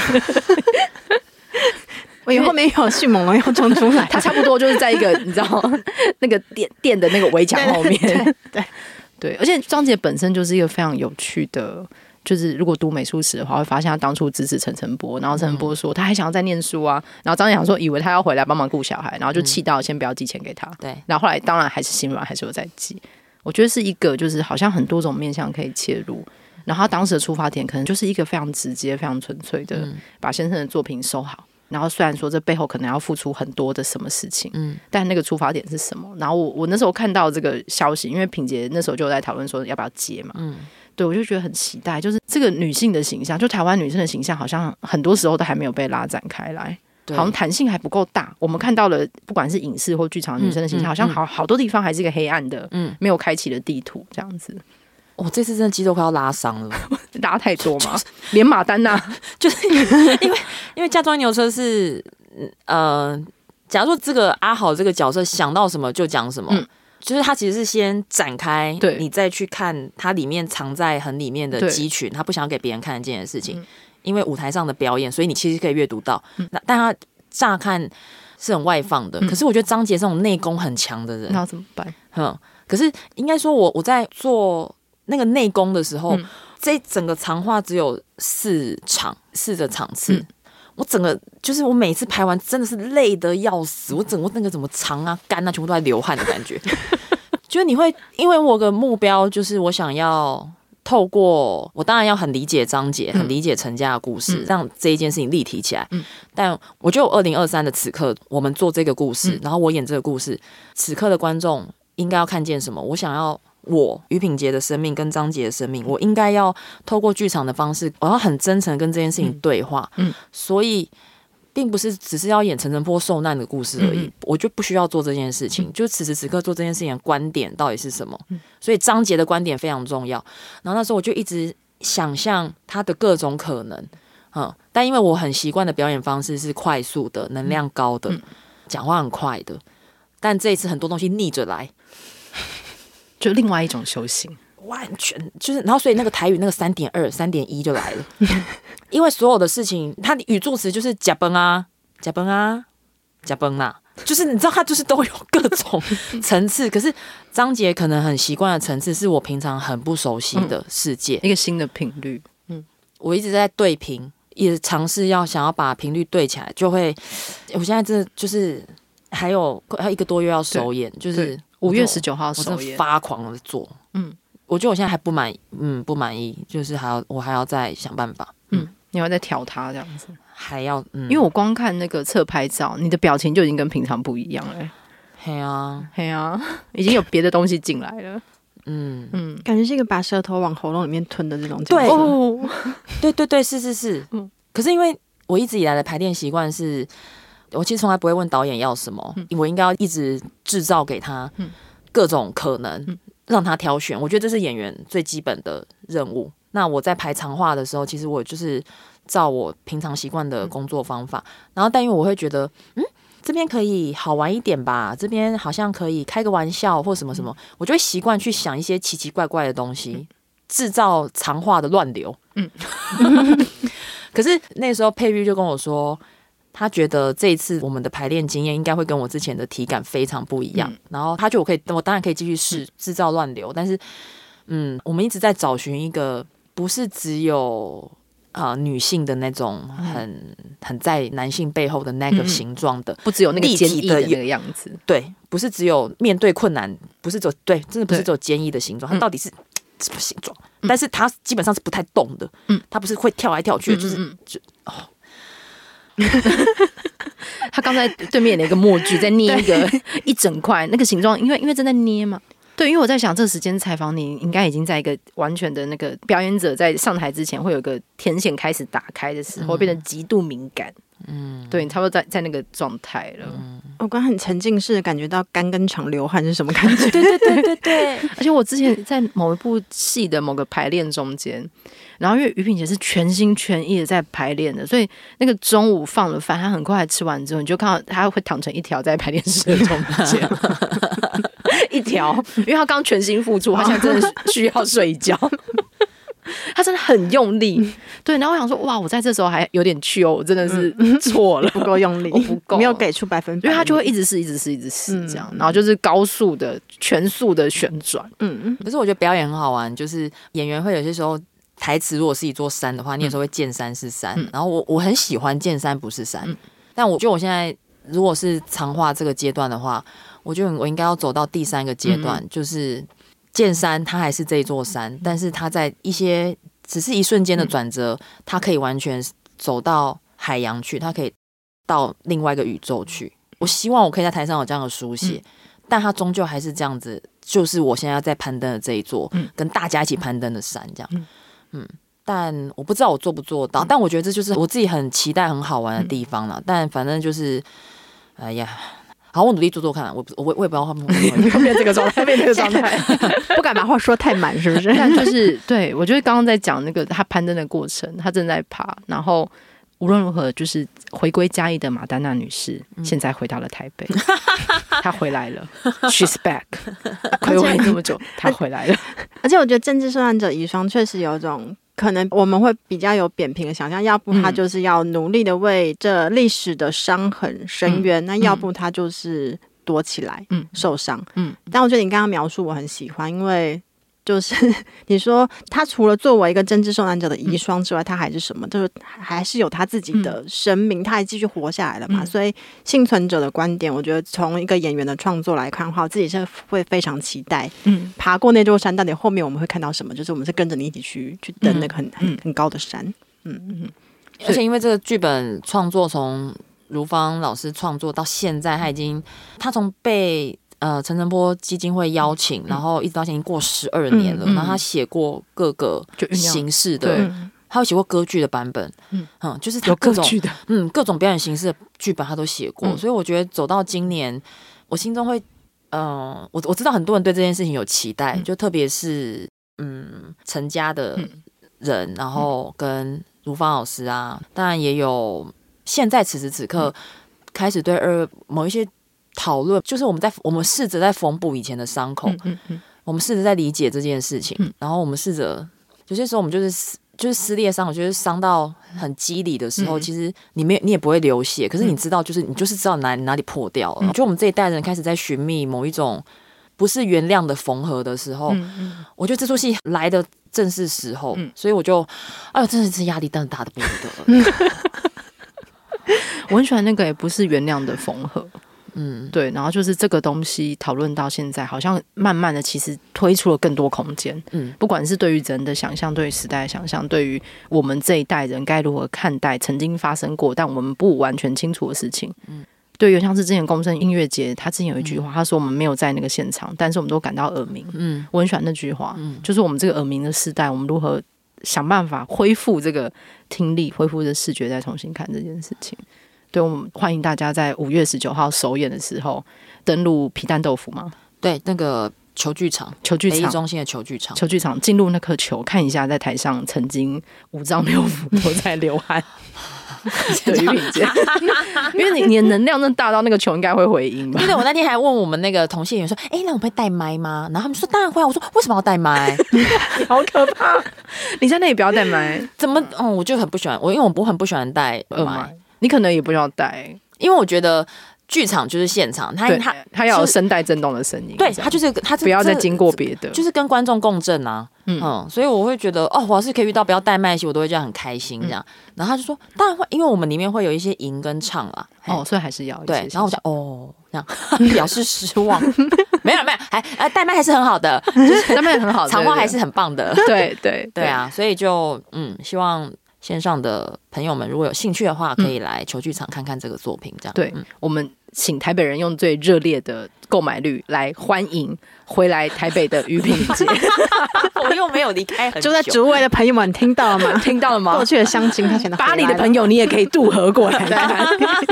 我以为后面有迅猛龙要冲出来， 他差不多就是在一个你知道那个店的那个围墙后面，对，而且张杰本身就是一个非常有趣的，就是如果读美术史的话，会发现他当初支持陈澄波，然后陈澄波说他还想要再念书啊，然后张杰想说以为他要回来帮忙顾小孩，然后就气到先不要寄钱给他，对，然后后来当然还是心软，还是有在寄。我觉得是一个就是好像很多种面向可以切入。然后他当时的出发点可能就是一个非常直接、非常纯粹的，把先生的作品收好。然后虽然说这背后可能要付出很多的什么事情，但那个出发点是什么？然后我那时候看到这个消息，因为品杰那时候就在讨论说要不要接嘛，对，我就觉得很期待，就是这个女性的形象，就台湾女生的形象，好像很多时候都还没有被拉展开来，好像弹性还不够大。我们看到了，不管是影视或剧场女生的形象，好像好多地方还是一个黑暗的，没有开启的地图这样子。 我这次真的肌肉快要拉伤了， 拉太多嘛，连马丹娜就是因为嫁妆牛车是假如说这个阿豪这个角色想到什么就讲什么，就是他其实是先展开，你再去看他里面藏在很里面的肌群，他不想要给别人看得见的事情，因为舞台上的表演，所以你其实可以阅读到，但他乍看是很外放的，可是我觉得张杰这种内功很强的人， 那怎么办？ 可是应该说我在做那个内功的时候，这整个长话只有4个场次，我整个就是我每次排完真的是累得要死，我整个那个怎么肠啊肝啊全部都在流汗的感觉。就是你会因为我有个目标，就是我想要透过我当然要很理解张杰，很理解陈家的故事，让这一件事情立体起来。但我觉得我2023的此刻，我们做这个故事，然后我演这个故事，此刻的观众应该要看见什么？我想要于品杰的生命跟张杰的生命，我应该要透过剧场的方式，我要很真诚跟这件事情对话。所以并不是只是要演陈澄波受难的故事而已，我就不需要做这件事情。就此时此刻做这件事情的观点到底是什么？所以张杰的观点非常重要。然后那时候我就一直想象他的各种可能，但因为我很习惯的表演方式是快速的、能量高的、讲话很快的，但这一次很多东西逆着来。 就另外一种修行， 完全就是，然后所以那个台语那个3.2、3.1就来了，因为所有的事情，它的语助词就是假崩啊、假崩啊、假崩啊，就是你知道，它就是都有各种层次。可是张杰可能很习惯的层次，是我平常很不熟悉的世界， 一个新的频率。 我一直在对频，也尝试想要把频率对起来，就会，我现在真的就是还有1个多月要首演，就是 5月19号首演， 我真的发狂的做。我觉得我现在还不满意，就是我还要再想办法。 你要再调它这样子， 还要因为我光看那个侧拍照，你的表情就已经跟平常不一样了。 嘿啊， 已经有别的东西进来了。 感觉是一个把舌头往喉咙里面吞的这种角对色。 哦， 对，是。可是因为我一直以来的排练习惯是，我其实从来不会问导演要什么，我应该要一直制造给他各种可能，让他挑选。我觉得这是演员最基本的任务。那我在排长话的时候，其实我就是照我平常习惯的工作方法，然后但因为我会觉得，这边可以好玩一点吧，这边好像可以开个玩笑或什么什么，我就会习惯去想一些奇奇怪怪的东西，制造长话的乱流。可是那时候佩玉就跟我说，他觉得这一次我们的排练经验应该会跟我之前的体感非常不一样，然后他觉得我当然可以继续试制造乱流，但是我们一直在找寻一个不是只有女性的那种很在男性背后的那个形状的， 不只有那个坚毅的那个样子， 对，不是只有面对困难，不是只有对，真的不是只有坚毅的形状，它到底是什么形状？但是它基本上是不太动的，它不是会跳来跳去， 他刚才对面的一个默剧在捏一个一整块那个形状，因为正在捏嘛。对，因为我在想，这个时间采访你，应该已经在一个完全的那个表演者在上台之前，会有一个天线开始打开的时候，变得极度敏感。对，你差不多在那个状态了。 我刚很沉浸式的感觉到肝跟肠流汗是什么感觉？ 对。而且我之前在某一部戏的某个排练中间，然后因为于品姐是全心全意的在排练的，所以那个中午放了饭，她很快吃完之后，你就看到她会躺成一条在排练室的中间。一条，因为他刚全心付出，他现在真的需要睡一觉。他真的很用力，对。然后我想说，哇，我在这时候还有点去哦，我真的是错了， 不够用力， 我不够， 没有给出100%， 因为他就会一直试这样，然后就是高速的、全速的旋转。 可是我觉得表演很好玩，就是演员会有些时候台词如果是一座山的话，你有时候会见山是山，然后我很喜欢见山不是山，但我觉得我现在如果是长话这个阶段的话，我觉得我应该要走到第3个阶段，就是见山，它还是这一座山，但是它在一些只是一瞬间的转折，它可以完全走到海洋去，它可以到另外一个宇宙去。我希望我可以在台上有这样的书写，但它终究还是这样子，就是我现在在攀登的这一座，跟大家一起攀登的山，这样。但我不知道我做不做到，但我觉得这就是我自己很期待、很好玩的地方啦。但反正就是，哎呀。好，我努力做做看，我也不知道他们会变这个状态，变这个状态， 不敢把话说太满，是不是？ 但就是对我觉得刚刚在讲那个他攀登的过程，他正在爬，然后无论如何，就是回归嘉义的马丹娜女士，现在回到了台北，她回来了 ，She's back， 睽违这么久，她回来了。 而且我觉得政治受难者遗孀确实有一种。可能我们会比较有扁平的想象，要不他就是要努力的为这历史的伤痕伸冤，那要不他就是躲起来，受伤。但我觉得你刚刚描述我很喜欢，因为就是你说他除了作为一个政治受难者的遗孀之外，他还是什么？就是还是有他自己的生命，他还继续活下来了嘛。所以幸存者的观点，我觉得从一个演员的创作来看的话，我自己是会非常期待，爬过那座山，到底后面我们会看到什么？就是我们是跟着你一起去登那个很高的山。 而且因为这个剧本创作从如芳老师创作到现在，他从被陈澄波基金会邀请，然后一直到现在已经过12年了。然后他写过各个形式的，他有写过歌剧的版本，就是他各种各种表演形式的剧本他都写过。所以我觉得走到今年，我心中会我知道很多人对这件事情有期待，就特别是陈家的人，然后跟如芳老师啊，当然也有现在此时此刻开始对某一些讨论，就是我们试着在缝补以前的伤口，我们试着在理解这件事情，然后我们试着有些时候我们就是撕裂伤，我觉得伤到很肌理的时候，其实你也不会流血，可是你知道，你就是知道哪里破掉了。就我们这一代人开始在寻觅某一种不是原谅的缝合的时候，我觉得这出戏来的正是时候，所以我就真的是压力真的大的不得了。 我很喜欢那个也不是原谅的缝合。对，然后就是这个东西讨论到现在，好像慢慢的其实推出了更多空间。不管是对于人的想象，对于时代的想象，对于我们这一代人该如何看待曾经发生过但我们不完全清楚的事情。 对，有像是之前公生音乐节，他之前有一句话，他说我们没有在那个现场，但是我们都感到耳鸣。我很喜欢那句话，就是我们这个耳鸣的时代，我们如何想办法恢复这个听力，恢复这视觉，再重新看这件事情。对，我们欢迎大家在5月19号首演的时候登录皮蛋豆腐吗？ 对，那个球剧场，北艺中心的球剧场， 进入那颗球，看一下在台上曾经5脏6腑都在流汗的于品杰，因为你的能量真的大到那个球应该会回音吧？ 对，我那天还问我们那个同性演员说：“那我会带麦吗？”然后他们说：“当然会啊。”我说：“为什么要带麦？” 好可怕！你在那里不要带麦， 怎么？我就很不喜欢因为我很不喜欢带麦。 你可能也不要带， 因为我觉得剧场就是现场，它要有声带震动的声音， 对，它不要再经过别的， 就是跟观众共振啊。所以我会觉得我要是可以遇到不要带麦戏，我都会这样很开心这样。然后他就说，当然会，因为我们里面会有一些吟跟唱啦。 所以还是要对。然后我就这样表示失望，没有，还带麦还是很好的，就是带麦很好， 场话还是很棒的。对啊，所以就希望线上的朋友们如果有兴趣的话，可以来球剧场看看这个作品。这样， 对，我们请台北人用最热烈的购买率来欢迎回来台北的于品杰。 我又没有离开很久， 就在竹围的朋友们听到了吗？ 听到了吗？ 过去的乡亲他现在巴黎的朋友你也可以渡河过来。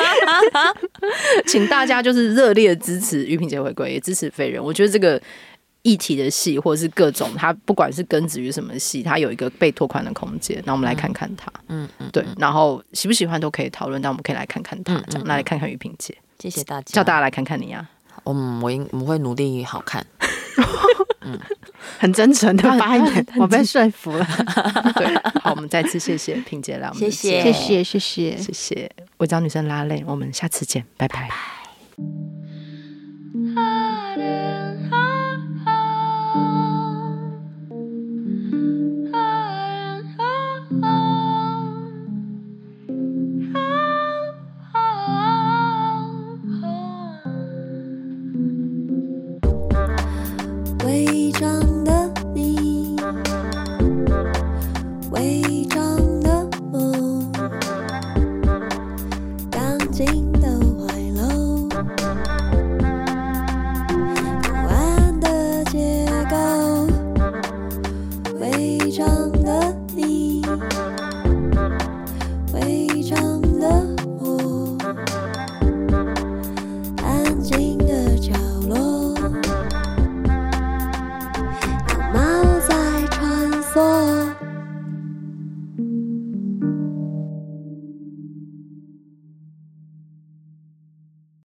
请大家就是热烈的支持于品杰回归，也支持废人。我觉得这个议题的戏，或者是各种它不管是根植于什么戏，它有一个被拓宽的空间。那我们来看看它，对，然后喜不喜欢都可以讨论，但我们可以来看看它，这样来看看于品杰。 谢谢大家， 叫大家来看看你啊！ 我们会努力好看。 很真诚的发言，我被说服了。 对，好，我们再次谢谢品杰来我们的节目， 谢谢， 我找女生拉累，我们下次见，拜拜。